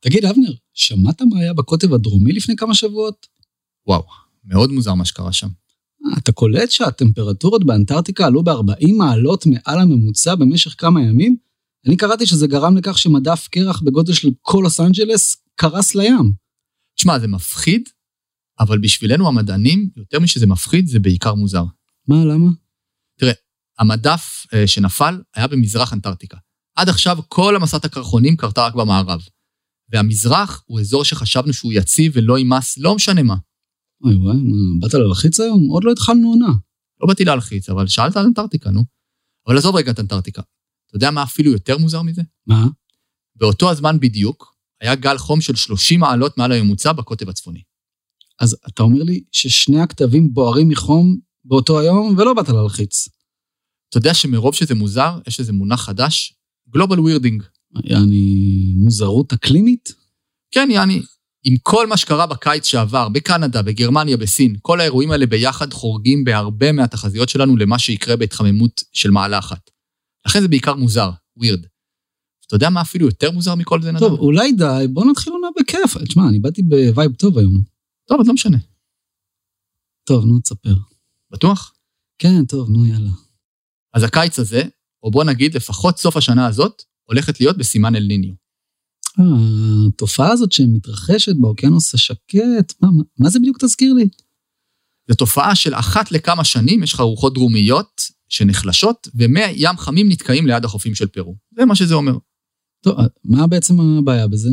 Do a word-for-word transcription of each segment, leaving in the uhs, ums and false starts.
תגיד, אבנר, שמעת מה היה בקוטב הדרומי לפני כמה שבועות? וואו, מאוד מוזר מה שקרה שם. אתה קולט שהטמפרטורות באנטארקטיקה עלו ב-ארבעים מעלות מעל הממוצע במשך כמה ימים? אני קראתי שזה גרם לכך שמדף קרח בגודל של כל לוס אנג'לס קרס לים. תשמע, זה מפחיד, אבל בשבילנו המדענים, יותר משזה מפחיד, זה בעיקר מוזר. מה, למה? תראה, המדף שנפל היה במזרח אנטארקטיקה. עד עכשיו כל המסעת הקרחונים קרתה רק במערב. והמזרח הוא אזור שחשבנו שהוא יציב ולא יימס, לא משנה מה. אוי וואי, מה, באת ללחיץ היום? עוד לא התחלנו עונה. לא באתי להלחיץ, אבל שאלת על אנטארקטיקה, נו. אבל עזוב רגע את אנטארקטיקה. אתה יודע מה אפילו יותר מוזר מזה? מה? באותו הזמן בדיוק, היה גל חום של שלושים מעלות מעל הממוצע בקוטב הצפוני. אז אתה אומר לי ששני הכתבים בוערים מחום באותו היום, ולא באת ללחיץ. אתה יודע שמרוב שזה מוזר, יש איזה מונח חדש, Global Weirding. יעני מוזרות אקלימית? כן, יעני, עם כל מה שקרה בקיץ שעבר, בקנדה, בגרמניה, בסין, כל האירועים האלה ביחד חורגים בהרבה מהתחזיות שלנו למה שיקרה בהתחממות של מעלה אחת. לכן זה בעיקר מוזר, weird. אתה יודע מה אפילו יותר מוזר מכל זה נדב? טוב, אולי די, בוא נתחיל עונה בכיף. תשמע, אני באתי בווייב טוב היום. טוב, אז לא משנה. טוב, נו, תספר. בטוח? כן, טוב, נו, יאללה. אז הקיץ הזה, או בוא נגיד לפחות סוף השנה הזאת, הולכת להיות בסימן אל ניניו. אה, התופעה הזאת שמתרחשת באוקיינוס השקט, מה, מה, מה זה בדיוק תזכיר לי? זו תופעה של אחת לכמה שנים, יש לך רוחות דרומיות שנחלשות, ומי ים חמים נתקעים ליד החופים של פרו. זה מה שזה אומר. טוב, מה בעצם הבעיה בזה?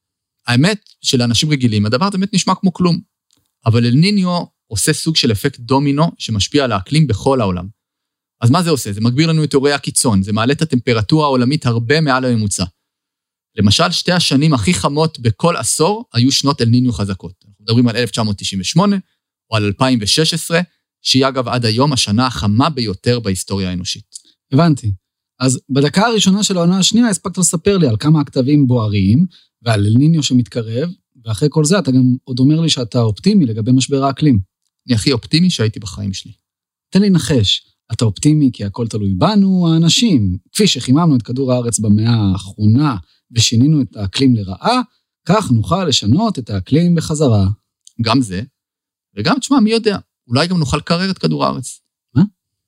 האמת של אנשים רגילים, הדבר באמת נשמע כמו כלום. אבל אל ניניו עושה סוג של אפקט דומינו שמשפיע על האקלים בכל העולם. אז מה זה עושה? זה מגביר לנו את אירועי הקיצון, זה מעלה את הטמפרטורה העולמית הרבה מעל הממוצע. למשל, שתי השנים הכי חמות בכל עשור היו שנות אל ניניו חזקות. אנחנו מדברים על אלף תשע מאות תשעים ושמונה או על אלפיים ושש עשרה, שהיא אגב עד היום השנה החמה ביותר בהיסטוריה האנושית. הבנתי. אז בדקה הראשונה של העונה השנייה הספקת לספר לי על כמה הכתבים בוערים, ועל אל ניניו שמתקרב, ואחרי כל זה אתה גם עוד אומר לי שאתה אופטימי לגבי משבר האקלים. אני הכי אופטימי שהייתי בחיים שלי. תן לי נחש, אתה אופטימי כי הכל תלוי בנו, האנשים. כפי שחיממנו את כדור הארץ במאה האחרונה, ושינינו את האקלים לרעה, כך נוכל לשנות את האקלים בחזרה. גם זה, וגם, תשמע, מי יודע, אולי גם נוכל לקרר את כדור הארץ. מה?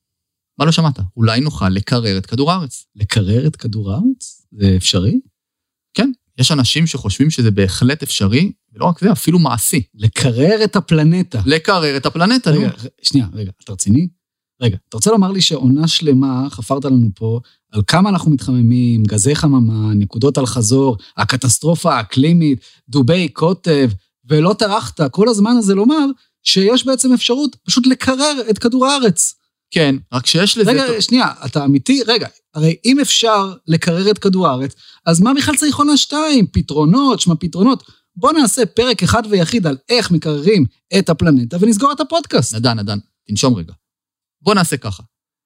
מה לא שמעת? אולי נוכל לקרר את כדור הארץ. לקרר את כדור הארץ? זה אפשרי? כן, יש אנשים שחושבים שזה בהחלט אפשרי, ולא רק זה, אפילו מעשי. לקרר את הפלנטה. לקרר את הפלנטה. רגע, רגע, שנייה, רגע, אתה רציני? רגע, אתה רוצה לומר לי שעונה שלמה חפרת לנו פה על כמה אנחנו מתחממים, גזי חממה, נקודות על חזור, הקטסטרופה האקלימית, דובי קוטב, ולא טרחת כל הזמן הזה לומר שיש בעצם אפשרות פשוט לקרר את כדור הארץ. כן, רק שיש לזה... רגע, טוב. שנייה, אתה אמיתי? רגע, הרי אם אפשר לקרר את כדור הארץ, אז מה בכלל צריך עונה שתיים? פתרונות, שמה פתרונות. בוא נעשה פרק אחד ויחיד על איך מקררים את הפלנטה, ונסגור את הפודקאסט. נדן, נדן, תנשום רגע. בוא נעשה ככה.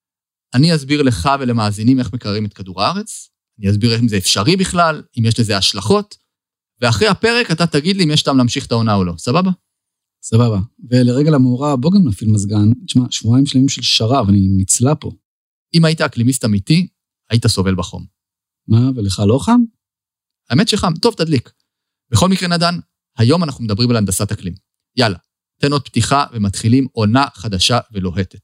אני אסביר לך ולמאזינים איך מקררים את כדור הארץ, אני אסביר אם זה אפשרי בכלל, אם יש לזה השלכות, ואחרי הפרק אתה תגיד לי אם יש טעם להמשיך את העונה או לא. סבבה? סבבה. ולרגע למאורע, בוא גם נפיל מזגן. תשמע, שבועיים שלמים של שרב, אני נצלה פה. אם היית אקלימיסט אמיתי, היית סובל בחום. מה, ולך לא חם? האמת שחם, טוב, תדליק. בכל מקרה נדן, היום אנחנו מדברים על הנדסת אקלים. יאללה, תן עוד פתיחה ומתחילים עונה חדשה ולוהטת.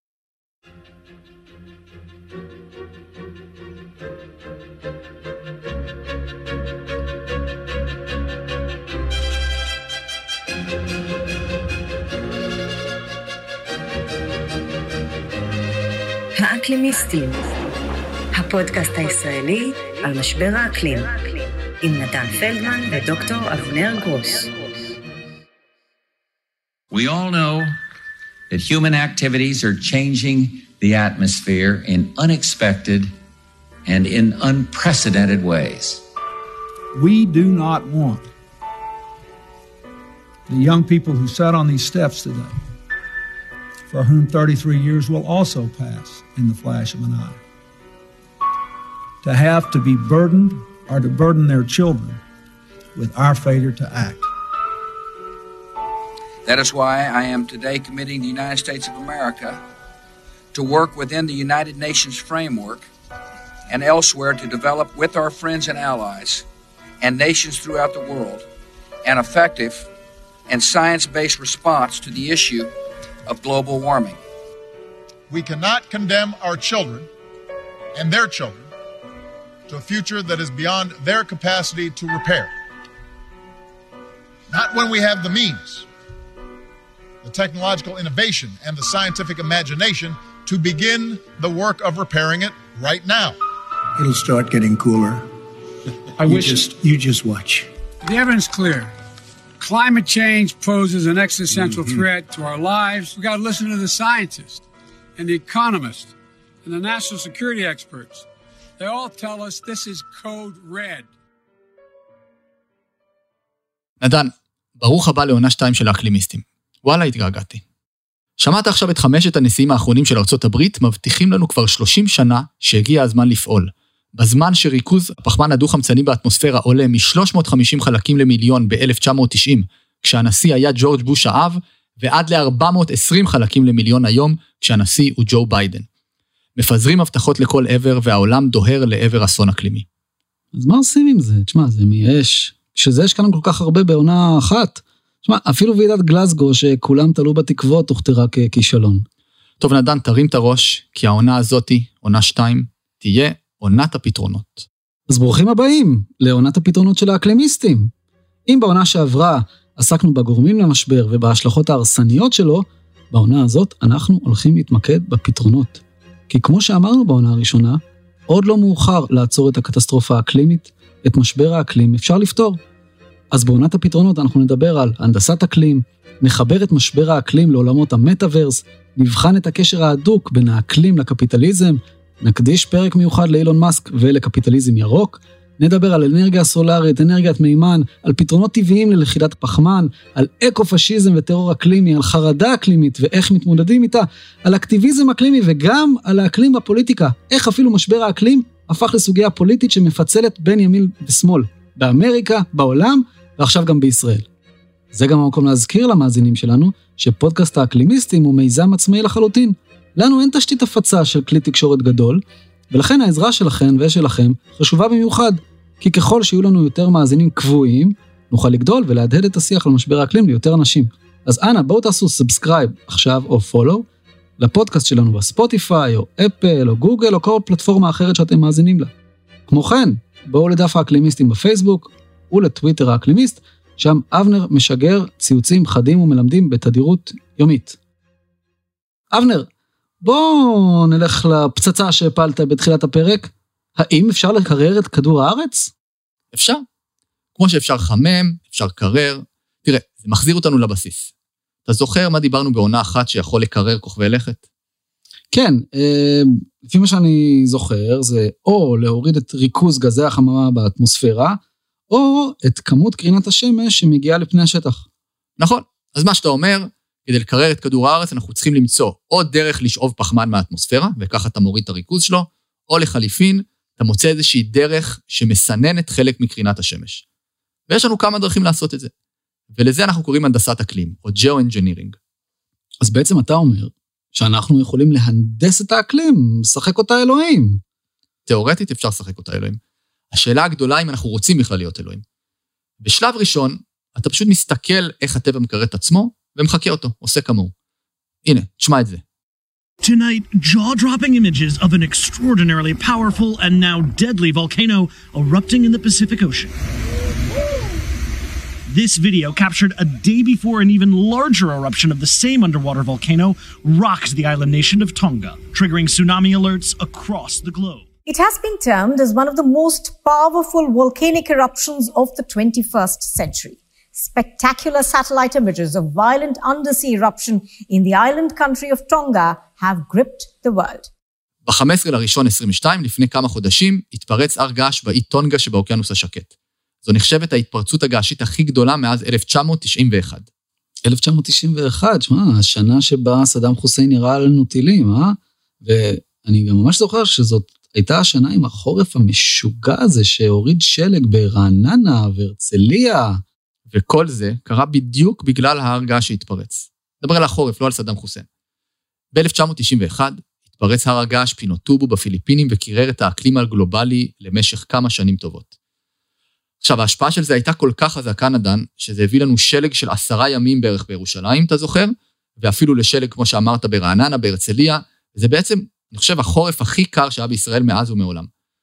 האקלימיסטים, הפודקאסט הישראלי על משבר האקלים, עם נדן פלדמן ודוקטור אבנר גרוס. We all know that human activities are changing the atmosphere in unexpected and in unprecedented ways. We do not want the young people who sat on these steps today, for whom thirty-three years will also pass in the flash of an eye, to have to be burdened or to burden their children with our failure to act. That is why I am today committing the United States of America to work within the United Nations framework and elsewhere to develop with our friends and allies and nations throughout the world an effective and science-based response to the issue of global warming. We cannot condemn our children and their children to a future that is beyond their capacity to repair. Not when we have the means, the technological innovation, and the scientific imagination to begin the work of repairing it right now. It'll start getting cooler. I You wish just, you just watch. the evidence clear. Climate change poses an existential Mm-hmm. threat to our lives. We got to listen to the scientists and the economists and the national security experts. They all tell us this is code red. נדן, ברוך הבא לעונה שתיים של האקלימיסטים. וואלה, התגעגעתי. שמעת עכשיו את חמשת הנשיאים האחרונים של ארצות הברית, מבטיחים לנו כבר שלושים שנה שהגיע הזמן לפעול. בזמן שריכוז הפחמן הדו-חמצני באטמוספירה עולה מ-שלוש מאות וחמישים חלקים למיליון ב-אלף תשע מאות תשעים, כשהנשיא היה ג'ורג' בוש האב, ועד ל-ארבע מאות ועשרים חלקים למיליון היום, כשהנשיא הוא ג'ו ביידן. מפזרים הבטחות לכל עבר, והעולם דוהר לעבר אסון אקלימי. אז מה עושים עם זה? תשמע, זה מייאש. שזה יש כאן כל כך הרבה בעונה אחת. תשמע, אפילו ועידת גלסגו שכולם תלו בתקוות הוכתרה ככישלון. טוב נדן, תרים את הראש, כי העונה הזאת, עונה שתיים, תהיה עונת הפתרונות. אז ברוכים הבאים לעונת הפתרונות של האקלימיסטים. אם בעונה שעברה עסקנו בגורמים למשבר ובהשלכות ההרסניות שלו, בעונה הזאת אנחנו הולכים להתמקד בפתרונות. כי כמו שאמרנו בעונה הראשונה, עוד לא מאוחר לעצור את הקטסטרופה האקלימית, את משבר האקלים אפשר לפתור. אז בעונת הפתרונות אנחנו נדבר על הנדסת אקלים, נחבר את משבר האקלים לעולמות המטאברס, נבחן את הקשר ההדוק בין האקלים לקפיטליזם, נקדיש פרק מיוחד לאילון מאסק ולקפיטליזם ירוק, נדבר על אנרגיה סולארית, אנרגיית מימן, על פתרונות טבעיים ללכידת פחמן, על אקו-פשיזם וטרור אקלימי, על חרדה אקלימית ואיך מתמודדים איתה, על אקטיביזם אקלימי וגם על האקלים בפוליטיקה, איך אפילו משבר האקלים הפך לסוגיה פוליטית שמפצלת בין ימין ושמאל, באמריקה, בעולם ועכשיו גם בישראל. זה גם המקום להזכיר למאזינים שלנו שפודקאסט האקלימיסטים הוא מיזם עצמאי לחלוטין. לנו אין תשתית הפצה של כלי תקשורת גדול, ולכן העזרה שלכם ושלכם חשובה במיוחד, כי ככל שיהיו לנו יותר מאזינים קבועים, נוכל לגדול ולהדהד את השיח על משבר האקלים ליותר אנשים. אז אנא, בואו תעשו סאבסקרייב עכשיו או פולו, לפודקאסט שלנו בספוטיפיי או אפל או גוגל או כל פלטפורמה אחרת שאתם מאזינים לה. כמו כן, בואו לדף האקלימיסטים בפייסבוק ולטוויטר האקלימיסט, שם אבנר משגר ציוצים חדים ומלמדים בתדירות יומית. אבנר, בואו נלך לפצצה שהפלת בתחילת הפרק. האם אפשר לקרר את כדור הארץ? אפשר. כמו שאפשר חמם, אפשר קרר. תראה, זה מחזיר אותנו לבסיס. אתה זוכר מה דיברנו בעונה אחת שיכול לקרר כוכבי לכת? כן, לפי מה שאני זוכר, זה או להוריד את ריכוז גזי החממה באטמוספירה, או את כמות קרינת השמש שמגיעה לפני השטח. נכון. אז מה שאתה אומר, כדי לקרר את כדור הארץ, אנחנו צריכים למצוא או דרך לשאוב פחמן מהאטמוספירה, וככה אתה מוריד את הריכוז שלו, או לחליפין, אתה מוצא איזושהי דרך שמסננת חלק מקרינת השמש. ויש לנו כמה דרכים לעשות את זה. ולזה אנחנו קוראים הנדסת אקלים, או ג'או-אנג'ינירינג. אז בעצם אתה אומר שאנחנו יכולים להנדס את האקלים, לשחק אותה אלוהים. תיאורטית אפשר לשחק אותה אלוהים. השאלה הגדולה אם אנחנו רוצים בכלל להיות אלוהים. בשלב ראשון, אתה פשוט מסתכל איך הטבע מקרר את עצמו, ומחכה אותו, עושה כמוהו. הנה, תשמע את זה. Tonight, jaw-dropping images of an extraordinarily powerful and now deadly volcano erupting in the Pacific Ocean. This video, captured a day before an even larger eruption of the same underwater volcano, rocked the island nation of Tonga, triggering tsunami alerts across the globe. It has been termed as one of the most powerful volcanic eruptions of the twenty-first century. Spectacular satellite images of violent undersea eruption in the island country of Tonga have gripped the world. ב-חמישה עשר לראשון עשרים ושתיים, לפני כמה חודשים, התפרץ הר געש באי טונגה שבאוקיינוס השקט. זו נחשבת ההתפרצות הגעשית הכי גדולה מאז אלף תשע מאות תשעים ואחת. אלף תשע מאות תשעים ואחת, שמה, השנה שבה סדאם חוסיין ירה עלינו טילים, אה? ואני גם ממש זוכר שזאת הייתה השנה עם החורף המשוגע הזה שהוריד שלג ברעננה והרצליה. וכל זה קרה בדיוק בגלל ההר געש שהתפרץ. דבר על החורף, לא על סדאם חוסיין. ב-אלף תשע מאות תשעים ואחת התפרץ הר הגעש פינוטובו בפיליפינים וקירר את האקלים הגלובלי למשך כמה שנים טובות. עכשיו, ההשפעה של זה הייתה כל כך חזקה, נדן, שזה הביא לנו שלג של עשרה ימים בערך בירושלים, אתה זוכר? ואפילו לשלג, כמו שאמרת, ברעננה, בהרצליה. זה בעצם, אני חושב, החורף הכי קר שהיה בישראל מאז ומעולם.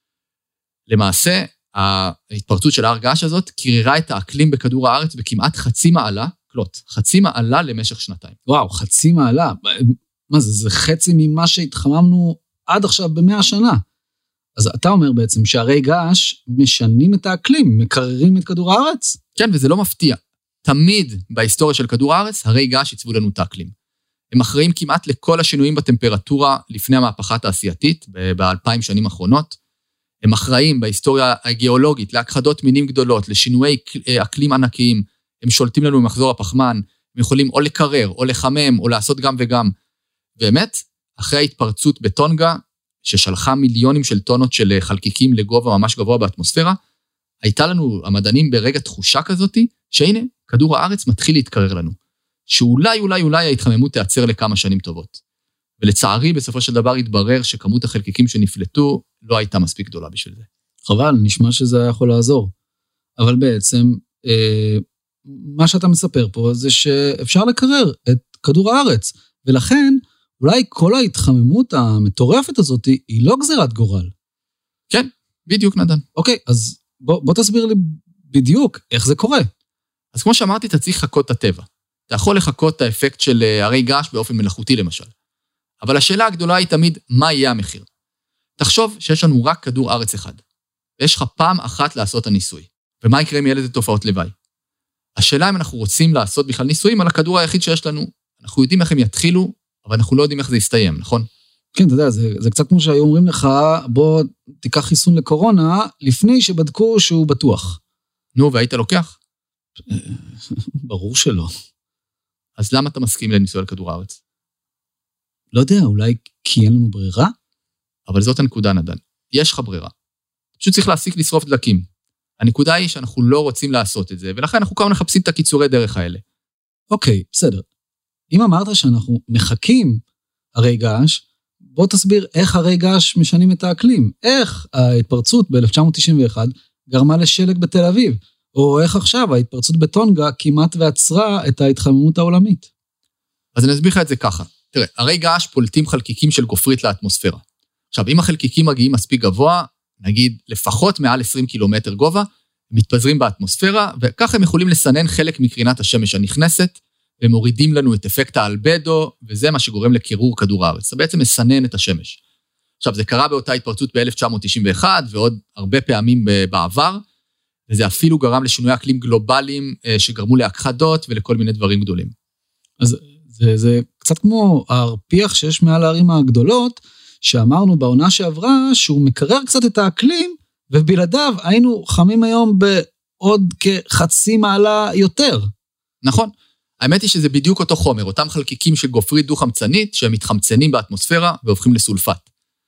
למעשה, ההתפרצות של הר געש הזאת קיררה את האקלים בכדור הארץ בכמעט חצי מעלה, קלוט, חצי מעלה למשך שנתיים. וואו, חצי מעלה. מה זה? זה חצי ממה שהתחממנו עד עכשיו במאה שנה. אז אתה אומר בעצם שהרי געש משנים את האקלים, מקררים את כדור הארץ? כן, וזה לא מפתיע. תמיד בהיסטוריה של כדור הארץ, הרי געש יצבו לנו את האקלים. הם אחראים כמעט לכל השינויים בטמפרטורה לפני המהפכה התעשייתית, באלפיים שנים האחרונות. הם אחראים בהיסטוריה הגיאולוגית, להכחדות מינים גדולות, לשינויי אקלים ענקיים. הם שולטים לנו במחזור הפחמן, הם יכולים או לקרר, או לחמם, או לעשות גם וגם. באמת, אחרי ההתפרצות בטונגה, ששלחה מיליונים של טונות של חלקיקים לגובה ממש גבוה באטמוספירה, הייתה לנו המדענים ברגע תחושה כזאת, שהנה, כדור הארץ מתחיל להתקרר לנו. שאולי, אולי, אולי ההתחממות תיעצר לכמה שנים טובות. ולצערי, בסופו של דבר התברר שכמות החלקיקים שנפלטו לא הייתה מספיק גדולה בשביל זה. חבל, נשמע שזה היה יכול לעזור. אבל בעצם, אה, מה שאתה מספר פה זה שאפשר לקרר את כדור הארץ, ולכן אולי כל ההתחממות המטורפת הזאת היא לא גזירת גורל. כן, בדיוק נדן. אוקיי, אז בוא, בוא תסביר לי בדיוק איך זה קורה. אז כמו שאמרתי, אתה צריך לחכות את הטבע. אתה יכול לחכות את האפקט של הרי געש באופן מלאכותי למשל. אבל השאלה הגדולה היא תמיד, מה יהיה המחיר? תחשוב שיש לנו רק כדור ארץ אחד, ויש לך פעם אחת לעשות הניסוי. ומה יקרה אם יהיה לזה תופעות לוואי? השאלה אם אנחנו רוצים לעשות בכלל ניסויים על הכדור היחיד שיש לנו. אנחנו יודעים איך הם יתחילו, אבל אנחנו לא יודעים איך זה יסתיים, נכון? כן, אתה יודע, זה, זה קצת כמו שהיו אומרים לך, בוא תיקח חיסון לקורונה, לפני שבדקו שהוא בטוח. נו, והיית לוקח? ברור שלא. אז למה אתה מסכים לניסוי על כדור הארץ? לא יודע, אולי כי אין לנו ברירה? אבל זאת הנקודה, נדן. יש לך ברירה. פשוט צריך להסיק לשרוף דלקים. הנקודה היא שאנחנו לא רוצים לעשות את זה, ולכן אנחנו כמה מחפשים את הקיצורי דרך האלה. אוקיי, בסדר. אם אמרת שאנחנו מחכים הרי געש, בוא תסביר איך הרי געש משנים את האקלים. איך ההתפרצות ב-אלף תשע מאות תשעים ואחת גרמה לשלג בתל אביב, או איך עכשיו ההתפרצות בטונגה כמעט ועצרה את ההתחממות העולמית. אז אני אסביר לך את זה ככה. תראה, הרי געש פולטים חלקיקים של גופרית לאטמוספירה. עכשיו, אם החלקיקים מגיעים מספיק גבוה, נגיד לפחות מעל עשרים קילומטר גובה, הם מתפזרים באטמוספירה, וכך הם יכולים לסנן חלק מקרינת השמש הנכנסת, ומורידים לנו את אפקט האלבדו, וזה מה שגורם לקירור כדור הארץ. זה בעצם מסנן את השמש. עכשיו, זה קרה באותה התפרצות ב-אלף תשע מאות תשעים ואחת, ועוד הרבה פעמים בעבר, וזה אפילו גרם לשינוי אקלים גלובליים, שגרמו להכחדות ולכל מיני דברים גדולים. אז זה, זה קצת כמו הרפיח שיש מעל הערים הגדולות, שאמרנו בעונה שעברה, שהוא מקרר קצת את האקלים, ובלעדיו היינו חמים היום בעוד כחצי מעלה יותר. נכון. האמת היא שזה בדיוק אותו חומר, אותם חלקיקים של גופרית דו-חמצנית, שהם מתחמצנים באטמוספירה והופכים לסולפט.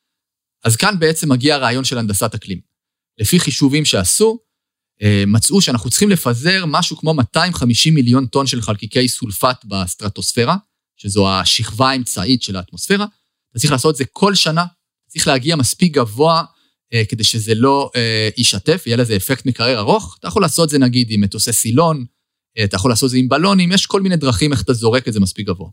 אז כאן בעצם מגיע הרעיון של הנדסת אקלים. לפי חישובים שעשו, מצאו שאנחנו צריכים לפזר משהו כמו מאתיים וחמישים מיליון טון של חלקיקי סולפט בסטרטוספירה, שזו השכבה האמצעית של האטמוספירה. אתה צריך לעשות את זה כל שנה, צריך להגיע מספיק גבוה, כדי שזה לא יישטף, יהיה לזה אפקט מקרר ארוך. אתה יכול לעשות את זה נגיד עם מטוסי סילון, אתה יכול לעשות את זה עם בלונים, יש כל מיני דרכים איך אתה זורק את זה מספיק גבוה.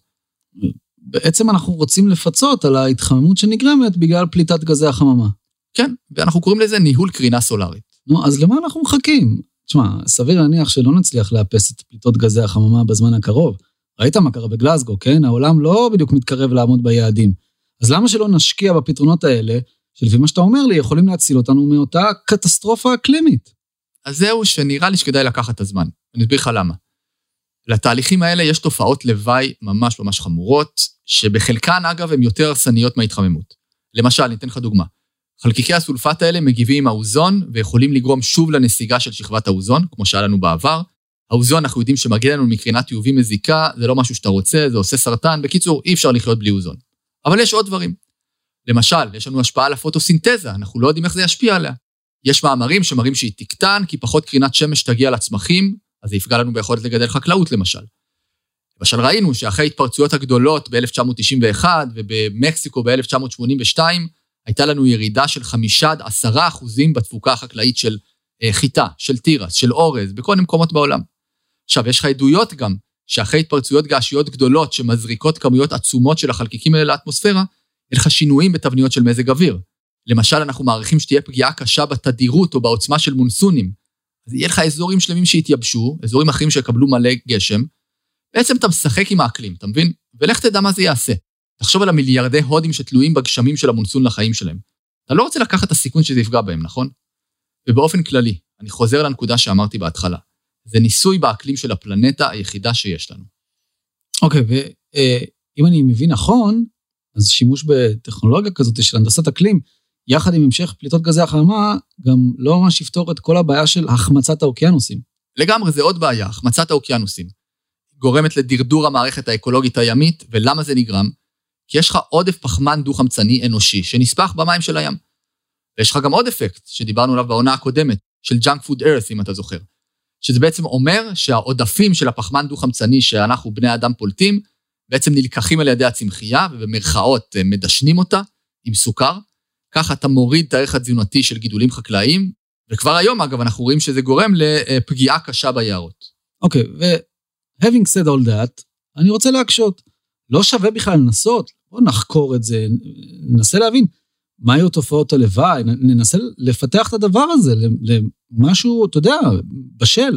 בעצם אנחנו רוצים לפצות על ההתחממות שנגרמת בגלל פליטת גזי החממה. כן, ואנחנו קוראים לזה ניהול קרינה סולרית. נו, אז למה אנחנו מחכים? תשמע, סביר להניח שלא נצליח לאפס את פליטות גזי החממה בזמן הקרוב. ראית מה קרה בגלסגו, כן? העולם לא בדיוק מתקרב לעמוד ביעדים. אז למה שלא נשקיע בפתרונות האלה, שלפי מה שאתה אומר לי, יכולים להציל אותנו מאותה קטסטרופה אקלימית? אז זהו שנראה לי שכדאי לקחת את הזמן. אני אסביר לך למה. לתהליכים האלה יש תופעות לוואי ממש ממש חמורות, שבחלקן אגב הן יותר הרסניות מההתחממות. למשל, ניתן לך דוגמה. חלקיקי הסולפט האלה מגיבים עם האוזון, ויכולים לגרום שוב לנסיגה של שכבת האוזון, כמו שהיה לנו בעבר. האוזון, אנחנו יודעים שמגיע לנו מקרינת יו וי מזיקה, זה לא משהו שאתה רוצה, זה עושה סרטן. בקיצור, אי אפשר לחיות בלי אוזון. אבל יש עוד דברים. למשל, יש לנו השפעה על הפוטוסינתזה, אנחנו לא יודעים איך זה ישפיע עליה. יש מאמרים שמראים שהיא תקטן, כי פחות קרינת שמש תגיע לצמחים, אז זה יפגע לנו ביכולת לגדל חקלאות למשל. למשל ראינו שאחרי התפרצויות הגדולות ב-אלף תשע מאות תשעים ואחת ובמקסיקו ב-אלף תשע מאות שמונים ושתיים, הייתה לנו ירידה של חמישה עד עשרה אחוזים בתפוקה החקלאית של חיטה, של תירס, של אורז, בכל מקומות בעולם. עכשיו, יש לך עדויות גם, שאחרי התפרצויות געשיות גדולות, שמזריקות כמויות עצומות של החלקיקים האלה לאטמוספירה, אין לך שינויים בתבניות של מזג אוויר. למשל, אנחנו מעריכים שתהיה פגיעה קשה בתדירות או בעוצמה של מונסונים. אז יהיה לך אזורים שלמים שהתייבשו, אזורים אחרים שיקבלו מלא גשם, בעצם אתה משחק עם האקלים, אתה מבין? ולך תדע מה זה יעשה. תחשוב על המיליארדי הודים שתלויים בגשמים של המונסון לחיים שלהם. אתה לא רוצה לקחת את הסיכון שזה יפגע בהם, נכון? ובאופן כללי, אני חוזר לנקודה שאמרתי בהתחלה. זה ניסוי באקלים של הפלנטה היחידה שיש לנו. אוקיי, ואם אני מבין נכון, אז שימוש בטכנולוגיה כזאת של הנדסת אקלים, יחד עם המשך פליטות גזי החממה, גם לא ממש יפתור את כל הבעיה של החמצת האוקיינוסים. לגמרי, זה עוד בעיה, החמצת האוקיינוסים. גורמת לדרדור המערכת האקולוגית הימית, ולמה זה נגרם? כי יש לך עודף פחמן דו-חמצני אנושי, שנספח במים של הים. ויש לך גם עוד אפקט, שדיברנו עליו בעונה הקודמת, של junk food earth, אם אתה זוכר. שזה בעצם אומר שהעודפים של הפחמן דו-חמצני שאנחנו בני אדם פולטים, בעצם נלקחים על ידי הצמחייה, ובמרכאות מדשנים אותה עם סוכר. ככה אתה מוריד את הערך התזונתי של גידולים חקלאיים, וכבר היום, אגב, אנחנו רואים שזה גורם לפגיעה קשה ביערות. אוקיי, ו-having said all that, אני רוצה להקשות. לא שווה בכלל לנסות, בוא נחקור את זה, ננסה להבין מה היו תופעות הלוואי, ננסה לפתח את הדבר הזה למשהו, אתה יודע, בשל.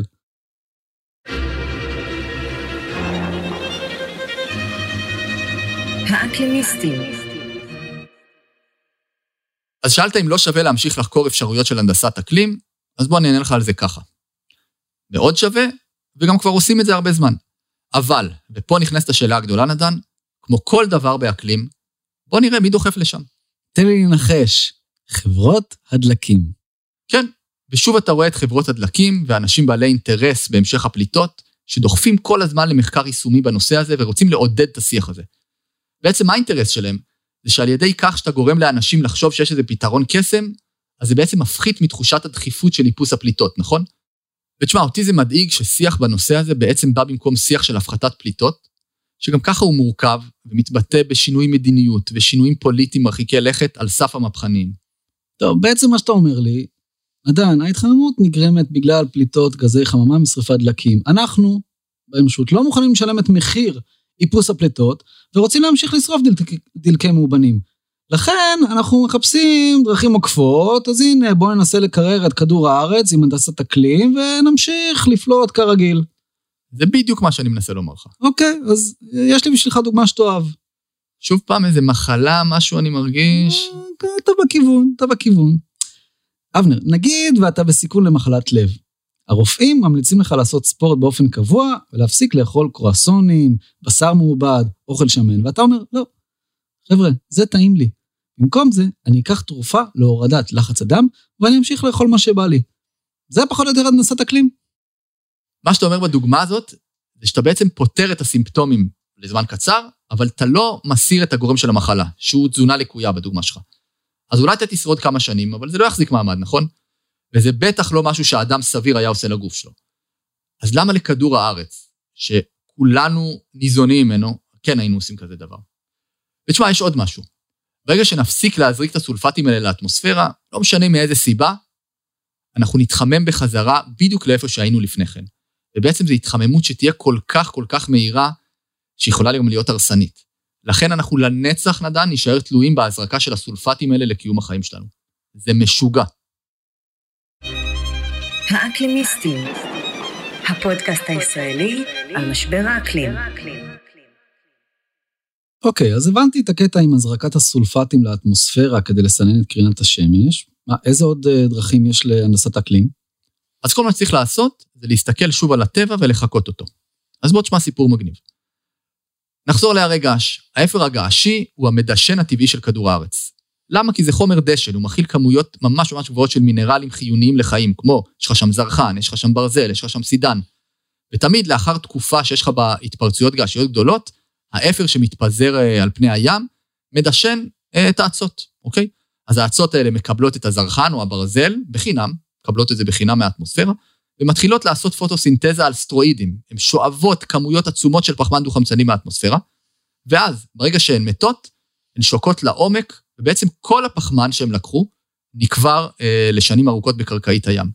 האקלימיסטים. אז שאלת אם לא שווה להמשיך לחקור אפשרויות של הנדסת אקלים, אז בוא נענה לך על זה ככה. מאוד שווה, וגם כבר עושים את זה הרבה זמן. אבל, ופה נכנסת השאלה הגדולה נדן, כמו כל דבר באקלים, בוא נראה מי דוחף לשם. תן לי לנחש, חברות הדלקים. כן, ושוב אתה רואה את חברות הדלקים, ואנשים בעלי אינטרס בהמשך הפליטות, שדוחפים כל הזמן למחקר יישומי בנושא הזה, ורוצים לעודד את השיח הזה. בעצם מה האינטרס שלהם? זה שעל ידי כך שאתה גורם לאנשים לחשוב שיש איזה פתרון קסם, אז זה בעצם מפחית מתחושת הדחיפות של איפוס הפליטות, נכון? ותשמע, אותי זה מדאיג ששיח בנושא הזה בעצם בא במקום שיח של הפחתת פליטות, שגם ככה הוא מורכב ומתבטא בשינוי מדיניות ושינויים פוליטיים מרחיקי לכת על סף המהפכניים. טוב, בעצם מה שאתה אומר לי, עדיין, ההתחממות נגרמת בגלל פליטות גזי חממה משריפת דלקים. אנחנו, באנושות, לא מוכנים לשלם את מחיר איפוס הפליטות, ורוצים להמשיך לשרוף דלק, דלקי מאובנים. לכן אנחנו מחפשים דרכים עוקפות, אז הנה בואו ננסה לקרר את כדור הארץ עם הנדסת אקלים, ונמשיך לפלוט כרגיל. זה בדיוק מה שאני מנסה לומר לך. אוקיי, אז יש לי בשבילך דוגמה שתאהב. שוב פעם איזה מחלה, משהו אני מרגיש. אתה בכיוון, אתה בכיוון. אבנר, נגיד ואתה בסיכון למחלת לב. הרופאים ממליצים לך לעשות ספורט באופן קבוע, ולהפסיק לאכול קרואסונים, בשר מעובד, אוכל שמן, ואתה אומר, לא, חבר'ה, זה טעים לי. במקום זה, אני אקח תרופה להורדת לחץ הדם, ואני אמשיך לאכול מה שבא לי. זה פחות או יותר הנדסת אקלים. מה שאתה אומר בדוגמה הזאת, זה שאתה בעצם פותר את הסימפטומים לזמן קצר, אבל אתה לא מסיר את הגורם של המחלה, שהוא תזונה לקויה בדוגמה שלך. אז אולי אתה תשרוד כמה שנים, אבל זה לא יחזיק מעמד, נכון? וזה בטח לא משהו שהאדם סביר היה עושה לגוף שלו. אז למה לכדור הארץ, שכולנו ניזונים ממנו, כן היינו עושים כזה דבר? ותשמע, יש עוד משהו. ברגע שנפסיק להזריק את הסולפטים האלה לאטמוספירה, לא משנה מאיזה סיבה, אנחנו נתחמם בחזרה בדיוק לאיפה שהיינו לפני כן. ובעצם זו התחממות שתהיה כל כך כל כך מהירה, שיכולה גם להיות הרסנית. לכן אנחנו לנצח נדן נשאר תלויים בהזרקה של הסולפטים האלה לקיום החיים שלנו. זה משוגע. האקלימיסטים, הפודקאסט הישראלי על משבר האקלים. אוקיי, אז הבנתי את הקטע עם הזרקת הסולפטים לאטמוספירה כדי לסנן את קרינת השמש. מה, איזה עוד דרכים יש להנדסת אקלים? אז כל מה שצריך לעשות זה להסתכל שוב על הטבע ולחקות אותו. אז בוא תשמע סיפור מגניב. נחזור להרי געש. האפר הגעשי הוא המדשן הטבעי של כדור הארץ. למה? כי זה חומר דשן, הוא מכיל כמויות ממש ממש גבוהות של מינרלים חיוניים לחיים, כמו יש לך שם זרחן, יש לך שם ברזל, יש לך שם סידן. ותמיד לאחר תקופה שיש לך בהתפרצויות געשיות גדולות, האפר שמתפזר על פני הים, מדשן את האצות, אוקיי? אז האצות האלה מקבלות את הזרחן או הברזל בחינם, מקבלות את זה בחינם מהאטמוספירה, ומתחילות לעשות פוטוסינתזה על סטרואידים. הן שואבות כמויות עצומות של פחמן דו-חמצני מהאטמוספירה, ואז, ברגע שהן מתות, הן שוקות לעומק, ובעצם כל הפחמן שהם לקחו, נקבר אה, לשנים ארוכות בקרקעית הים.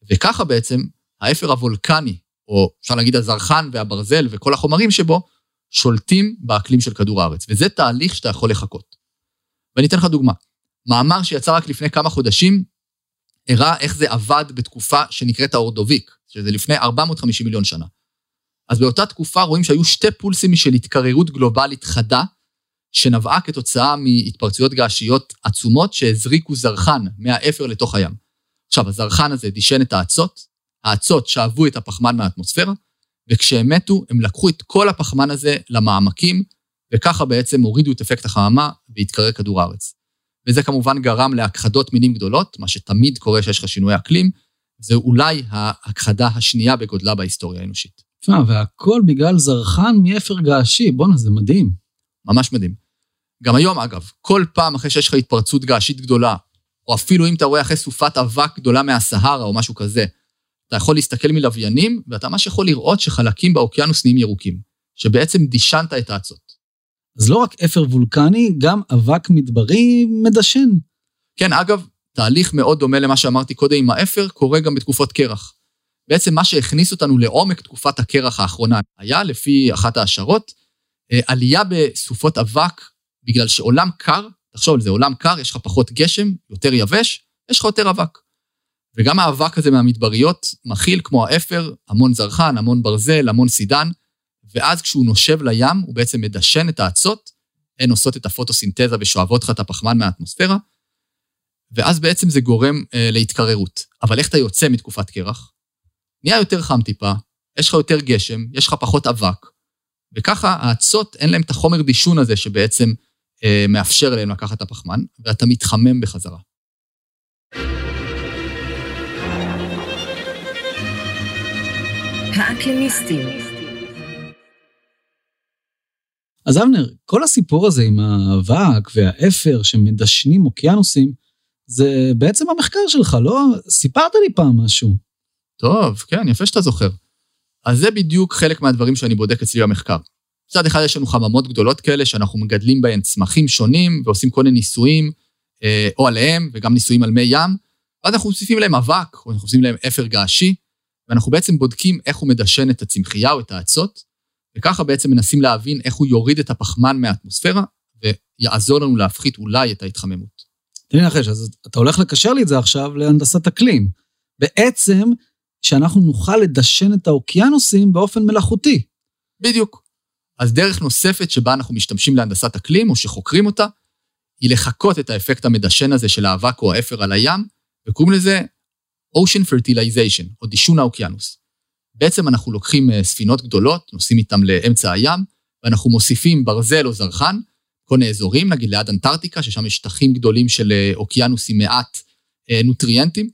וככה בעצם האפר הוולקני, או אפשר להגיד הזרחן והברזל וכל החומרים שבו, שולטים באקלים של כדור הארץ, וזה תהליך שאתה יכול לחכות. ואני אתן לך דוגמה. מאמר שיצא רק לפני כמה חודשים, הראה איך זה עבד בתקופה שנקראת האורדוביק, שזה לפני ארבע מאות וחמישים מיליון שנה. אז באותה תקופה רואים שהיו שתי פולסים של התקררות גלובלית חדה, שנבעה כתוצאה מהתפרצויות געשיות עצומות שהזריקו זרחן מהאפר לתוך הים. עכשיו, הזרחן הזה דישן את האצות, האצות שאבו את הפחמן מהאטמוספירה, וכשהם מתו, הם לקחו את כל הפחמן הזה למעמקים, וככה בעצם הורידו את אפקט החממה והתקרר כדור הארץ. וזה כמובן גרם להכחדות מינים גדולות, מה שתמיד קורה שיש לך שינוי אקלים, זה אולי ההכחדה השנייה בגודלה בהיסטוריה האנושית. תשמע, והכל בגלל זרחן מאפר געשי, בוא'נה, זה מדהים. ממש מדהים. גם היום, אגב, כל פעם אחרי שיש לך התפרצות געשית גדולה, או אפילו אם אתה רואה אחרי סופת אבק גדולה מהסהרה או משהו כזה, אתה יכול להסתכל מלוויינים, ואתה ממש יכול לראות שחלקים באוקיינוס נהיים ירוקים, שבעצם דישנת את האצות. אז לא רק אפר וולקני, גם אבק מדברי מדשן. כן, אגב, תהליך מאוד דומה למה שאמרתי קודם עם האפר, קורה גם בתקופות קרח. בעצם מה שהכניס אותנו לעומק תקופת הקרח האחרונה, היה לפי אחת ההשערות, עלייה בסופות אבק, בגלל שעולם קר, תחשוב על זה, עולם קר, יש לך פחות גשם, יותר יבש, יש לך יותר אבק. וגם האבק הזה מהמדבריות מכיל כמו האפר, המון זרחן, המון ברזל, המון סידן, ואז כשהוא נושב לים, הוא בעצם מדשן את האצות, הן עושות את הפוטוסינתזה ושואבות לך את הפחמן מהאטמוספירה, ואז בעצם זה גורם אה, להתקררות. אבל איך אתה יוצא מתקופת קרח? נהיה יותר חם טיפה, יש לך יותר גשם, יש לך פחות אבק, וככה האצות אין להם את החומר דישון הזה שבעצם אה, מאפשר להם לקחת את הפחמן, ואתה מתחמם בחזרה. האקלימיסטים. אז אבנר, כל הסיפור הזה עם האבק והאפר שמדשנים אוקיינוסים, זה בעצם המחקר שלך, לא? סיפרת לי פעם משהו. טוב, כן, יפה שאתה זוכר. אז זה בדיוק חלק מהדברים שאני בודק אצלי במחקר. מצד אחד יש לנו חממות גדולות כאלה, שאנחנו מגדלים בהן צמחים שונים, ועושים כל מיני ניסויים, או עליהם, וגם ניסויים על מי ים, ואז אנחנו מוסיפים להם אבק, או אנחנו מוסיפים להם אפר געשי, ואנחנו בעצם בודקים איך הוא מדשן את הצמחייה או את האצות, וככה בעצם מנסים להבין איך הוא יוריד את הפחמן מהאטמוספירה, ויעזור לנו להפחית אולי את ההתחממות. תני נחש, אז אתה הולך לקשר לי את זה עכשיו להנדסת אקלים. בעצם, שאנחנו נוכל לדשן את האוקיינוסים באופן מלאכותי. בדיוק. אז דרך נוספת שבה אנחנו משתמשים להנדסת אקלים, או שחוקרים אותה, היא לחכות את האפקט המדשן הזה של האבק או האפר על הים, וקוראים לזה Ocean Fertilization, או דישון האוקיינוס. בעצם אנחנו לוקחים ספינות גדולות, נוסעים איתם לאמצע הים, ואנחנו מוסיפים ברזל או זרחן, כל מיני אזורים, נגיד ליד אנטארקטיקה, ששם יש שטחים גדולים של אוקיינוס עם מעט נוטריאנטים,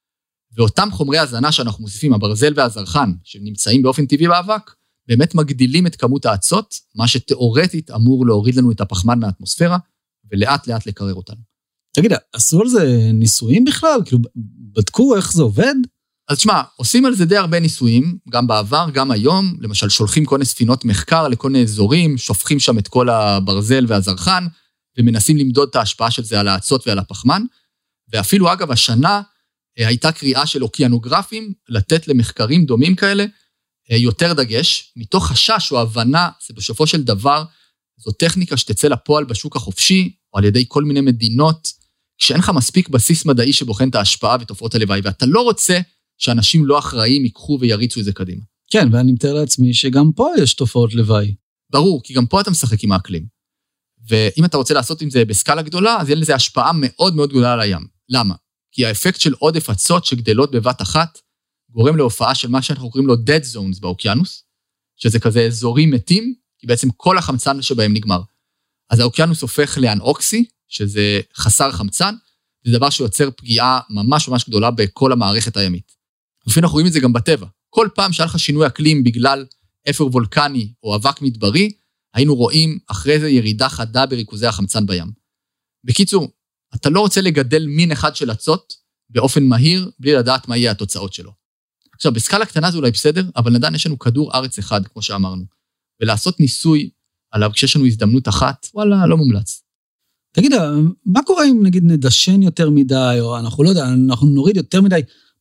ואותם חומרי הזנה שאנחנו מוסיפים, הברזל והזרחן, שנמצאים באופן טבעי באבק, באמת מגדילים את כמות האצות, מה שתיאורטית אמור להוריד לנו את הפחמן מהאטמוספירה, ולאט לאט לקרר אותנו. תגיד, עשו על זה ניסויים בכלל? כאילו, בדקו איך זה עובד? אז תשמע, עושים על זה די הרבה ניסויים, גם בעבר, גם היום, למשל שולחים כל מיני ספינות מחקר לכל מיני אזורים, שופכים שם את כל הברזל והזרחן, ומנסים למדוד את ההשפעה של זה על האצות ועל הפחמן, ואפילו אגב השנה הייתה קריאה של אוקיינוגרפים, לתת למחקרים דומים כאלה, יותר דגש, מתוך חשש או הבנה, זה בסופו של דבר, זו טכניקה שתצא לפועל בשוק החופשי, או על ידי כל מיני מדינות, כשאין לך מספיק בסיס מדעי שבוחן את ההשפעה ותופעות הלוואי, ואתה לא רוצה שאנשים לא אחראים ייקחו ויריצו את זה קדימה. כן, ואני מתאר לעצמי שגם פה יש תופעות לוואי. ברור, כי גם פה אתה משחק עם האקלים. ואם אתה רוצה לעשות עם זה בסקאלה גדולה, אז יהיה לזה השפעה מאוד מאוד גדולה על הים. למה? כי האפקט של עודף אצות שגדלות בבת אחת, גורם להופעה של מה שאנחנו קוראים לו dead zones באוקיינוס, שזה כזה אזורים מתים, כי בעצם כל החמצן שבהם נגמר. אז האוקיינוס הופך לאנאוקסי, שזה חסר חמצן, זה דבר שיוצר פגיעה ממש ממש גדולה בכל המערכת הימית. לפעמים אנחנו רואים את זה גם בטבע. כל פעם שהיה לך שינוי אקלים בגלל אפר וולקני או אבק מדברי, היינו רואים אחרי זה ירידה חדה בריכוזי החמצן בים. בקיצור, אתה לא רוצה לגדל מין אחד של אצות באופן מהיר, בלי לדעת מה יהיה התוצאות שלו. עכשיו, בסקאלה קטנה זה אולי בסדר, אבל נדן יש לנו כדור ארץ אחד, כמו שאמרנו. ולעשות ניסוי עליו כשיש לנו הזדמנות אחת, וואלה, לא מומלץ. תגיד, מה קורה אם נגיד נדשן יותר מדי, או אנחנו לא יודע, אנחנו נוריד יותר מדי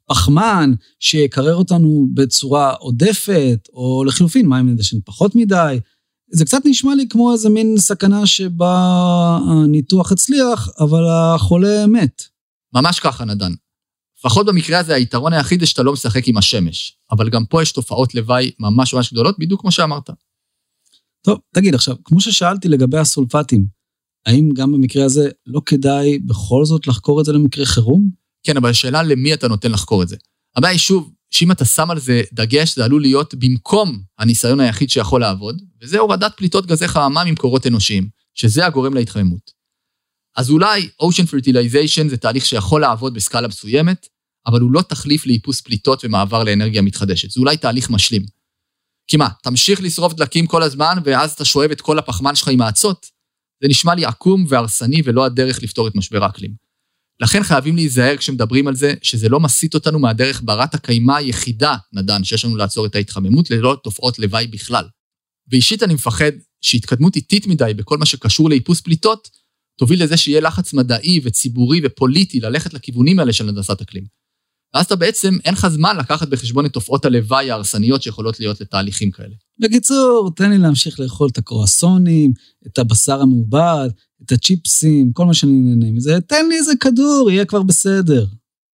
פחמן שיקרר אותנו בצורה עודפת, או לחילופין, מים נדשן פחות מדי. זה קצת נשמע לי כמו איזה מין סכנה שבה הניתוח הצליח, אבל החולה מת. ממש ככה, נדן. לפחות במקרה הזה, היתרון היחיד זה שאתה לא משחק עם השמש, אבל גם פה יש תופעות לוואי ממש ממש גדולות, בדיוק כמו שאמרת. טוב, תגיד עכשיו, כמו ששאלתי לגבי הסולפטים, האם גם במקרה הזה לא כדאי בכל זאת לחקור את זה למקרה חירום? כן, אבל השאלה למי אתה נותן לחקור את זה. הבעיה היא שוב, שאם אתה שם על זה דגש, זה עלול להיות במקום הניסיון היחיד שיכול לעבוד, וזה הורדת פליטות גזי חממה ממקורות אנושיים, שזה הגורם להתחממות. אז אולי Ocean Fertilization זה תהליך שיכול לעבוד בסקאלה מסוימת, אבל הוא לא תחליף לאיפוס פליטות ומעבר לאנרגיה מתחדשת. זה אולי תהליך משלים. כי מה, תמשיך לשרוף דלקים כל הזמן, ואז אתה שואב את כל הפחמן שלך עם העצות? זה נשמע לי עקום והרסני ולא הדרך לפתור את משבר האקלים. לכן חייבים להיזהר כשמדברים על זה, שזה לא מסית אותנו מהדרך ברת הקיימה היחידה, נדן, שיש לנו לעצור את ההתחממות, ללא תופעות לוואי בכלל. ואישית אני מפחד שהתקדמות איטית מדי בכל מה שקשור לאיפוס פליטות, תוביל לזה שיהיה לחץ מדעי וציבורי ופוליטי ללכת לכיוונים האלה של הנדסת אקלים. ואז אתה בעצם אין לך זמן לקחת בחשבון את תופעות הלוואי ההרסניות שיכולות להיות לתהליכים כאלה. בקיצור, תן לי להמשיך לאכול את הקרואסונים, את הבשר המעובד, את הצ'יפסים, כל מה שאני נהנה מזה, תן לי איזה כדור, יהיה כבר בסדר.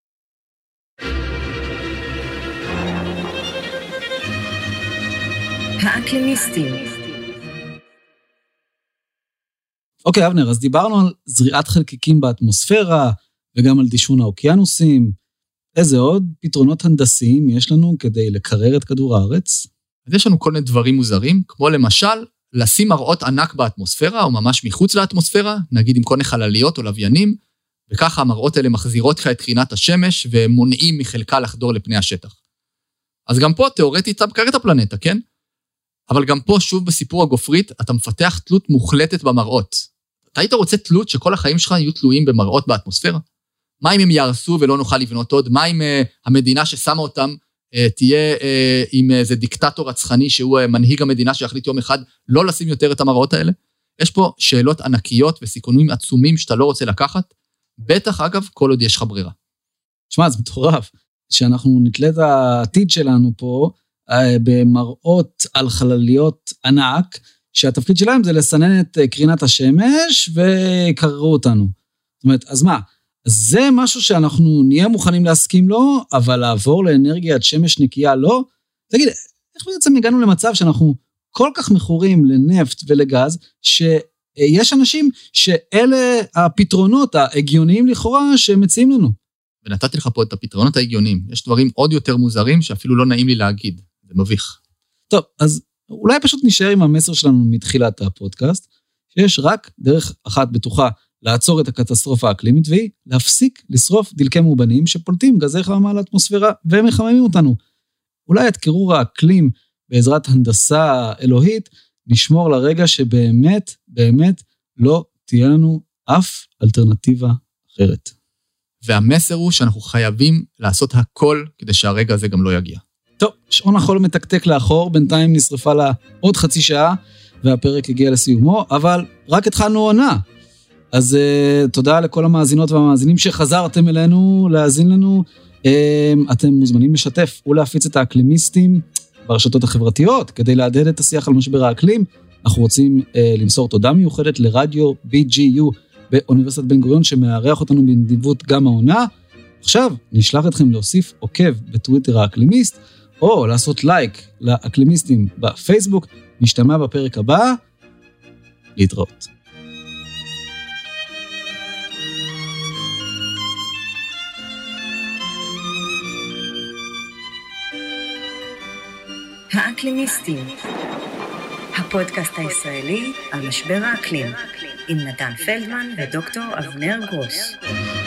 האקלימיסטים. אוקיי, אבנר, אז דיברנו על זריעת חלקיקים באטמוספירה, וגם על דישון האוקיינוסים. איזה עוד פתרונות הנדסיים יש לנו כדי לקרר את כדור הארץ? אז יש לנו כל מיני דברים מוזרים, כמו למשל, לשים מראות ענק באטמוספירה, או ממש מחוץ לאטמוספירה, נגיד עם כל מיני חלליות או לוויינים, וככה המראות האלה מחזירות לך את קרינת השמש, ומונעים מחלקה לחדור לפני השטח. אז גם פה, תיאורטית, אתה מקרר את הפלנטה, כן? אבל גם פה, שוב בסיפור הגופרית, אתה מפתח תלות מוחלטת במראות. אתה היית רוצה תלות שכל החיים שלך יהיו תלויים במראות באטמוספירה? מה אם הם יערסו ולא נוכל לבנות עוד? מה אם uh, המדינה ששמה אותם uh, תהיה uh, עם איזה דיקטטור רצחני שהוא uh, מנהיג המדינה שיחליט יום אחד לא לשים יותר את המראות האלה? יש פה שאלות ענקיות וסיכונים עצומים שאתה לא רוצה לקחת, בטח אגב כל עוד יש לך ברירה. תשמע, זה מטורף, שאנחנו נתלה את העתיד שלנו פה uh, במראות על חלליות ענק, שהתפקיד שלהם זה לסנן את uh, קרינת השמש וקררו אותנו. זאת אומרת, אז מה? זה משהו שאנחנו נהיה מוכנים להסכים לו, אבל לעבור לאנרגיית שמש נקייה לא. תגיד, איך בעצם הגענו למצב שאנחנו כל כך מכורים לנפט ולגז, שיש אנשים שאלה הפתרונות ההגיוניים לכאורה שמציעים לנו? ונתתי לך פה את הפתרונות ההגיוניים. יש דברים עוד יותר מוזרים שאפילו לא נעים לי להגיד. זה מביך. טוב, אז אולי פשוט נשאר עם המסר שלנו מתחילת הפודקאסט, שיש רק דרך אחת בטוחה לעצור את הקטסטרופה האקלימית, והיא להפסיק לשרוף דלקי מאובנים שפולטים גזי חממה לאטמוספירה ומחממים אותנו. אולי את קירור האקלים בעזרת הנדסה אלוהית, נשמור לרגע שבאמת, באמת לא תהיה לנו אף אלטרנטיבה אחרת. והמסר הוא שאנחנו חייבים לעשות הכל כדי שהרגע הזה גם לא יגיע. טוב, שעון החול מתקתק לאחור, בינתיים נשרפה לה עוד חצי שעה, והפרק הגיע לסיומו, אבל רק התחלנו עונה. אז uh, תודה לכל המאזינות והמאזינים שחזרתם אלינו להאזין לנו. Uh, אתם מוזמנים לשתף ולהפיץ את האקלימיסטים ברשתות החברתיות, כדי להדהד את השיח על משבר האקלים. אנחנו רוצים uh, למסור תודה מיוחדת לרדיו בי ג'י יו באוניברסיטת בן גוריון, שמארח אותנו בנדיבות גם העונה. עכשיו נשלח אתכם להוסיף עוקב בטוויטר האקלימיסט, או לעשות לייק לאקלימיסטים בפייסבוק. נשתמע בפרק הבא. להתראות. האקלימיסטים, הפודקאסט הישראלי על משבר האקלים, עם נתן פלדמן ודוקטור אבנר גרוס.